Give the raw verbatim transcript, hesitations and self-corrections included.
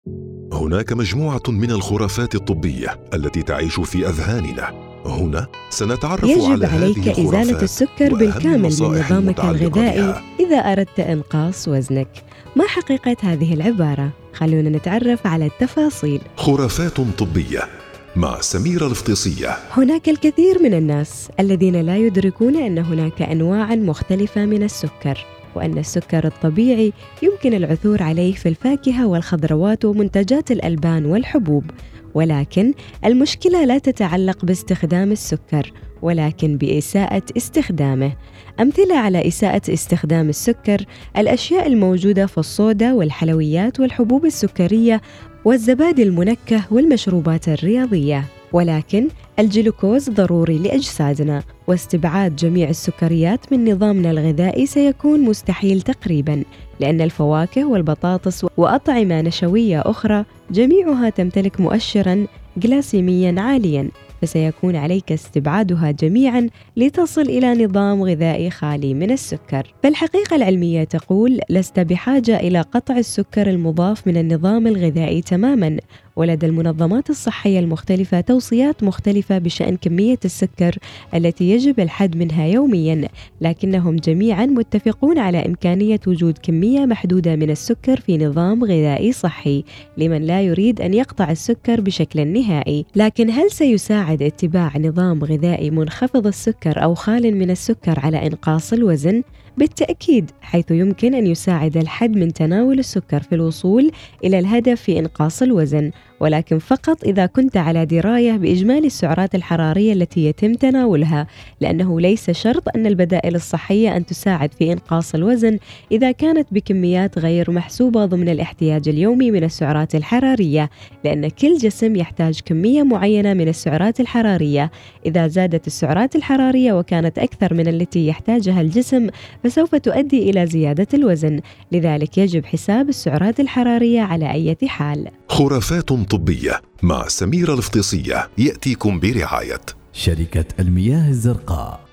هناك مجموعة من الخرافات الطبية التي تعيش في أذهاننا. هنا سنتعرف يجب على عليك هذه إزالة السكر بالكامل من النصائح نظامك المتعلقة الغذائي بها. إذا أردت إنقاص وزنك. ما حقيقة هذه العبارة؟ خلونا نتعرف على التفاصيل. خرافات طبية مع سميرة الفطيسية. هناك الكثير من الناس الذين لا يدركون أن هناك أنواع مختلفة من السكر، وأن السكر الطبيعي يمكن العثور عليه في الفاكهة والخضروات ومنتجات الألبان والحبوب. ولكن المشكلة لا تتعلق باستخدام السكر، ولكن بإساءة استخدامه. أمثلة على إساءة استخدام السكر: الأشياء الموجودة في الصودا والحلويات والحبوب السكرية والزبادي المنكه والمشروبات الرياضية. ولكن الجلوكوز ضروري لأجسادنا، واستبعاد جميع السكريات من نظامنا الغذائي سيكون مستحيل تقريباً، لأن الفواكه والبطاطس وأطعمة نشوية أخرى جميعها تمتلك مؤشراً جلاسيمياً عالياً، فسيكون عليك استبعادها جميعاً لتصل إلى نظام غذائي خالي من السكر. فالحقيقة العلمية تقول لست بحاجة إلى قطع السكر المضاف من النظام الغذائي تماماً، ولدى المنظمات الصحية المختلفة توصيات مختلفة بشأن كمية السكر التي يجب الحد منها يومياً، لكنهم جميعاً متفقون على إمكانية وجود كمية محدودة من السكر في نظام غذائي صحي لمن لا يريد أن يقطع السكر بشكل نهائي. لكن هل سيساعد اتباع نظام غذائي منخفض السكر أو خال من السكر على إنقاص الوزن؟ بالتأكيد، حيث يمكن أن يساعد الحد من تناول السكر في الوصول إلى الهدف في إنقاص الوزن، ولكن فقط إذا كنت على دراية بإجمالي السعرات الحرارية التي يتم تناولها، لأنه ليس شرط أن البدائل الصحية أن تساعد في إنقاص الوزن إذا كانت بكميات غير محسوبة ضمن الاحتياج اليومي من السعرات الحرارية، لأن كل جسم يحتاج كمية معينة من السعرات الحرارية. إذا زادت السعرات الحرارية وكانت أكثر من التي يحتاجها الجسم فسوف تؤدي إلى زيادة الوزن، لذلك يجب حساب السعرات الحرارية على أي حال. خرافات طبية مع سميرة الفطيسية يأتيكم برعاية شركة المياه الزرقاء.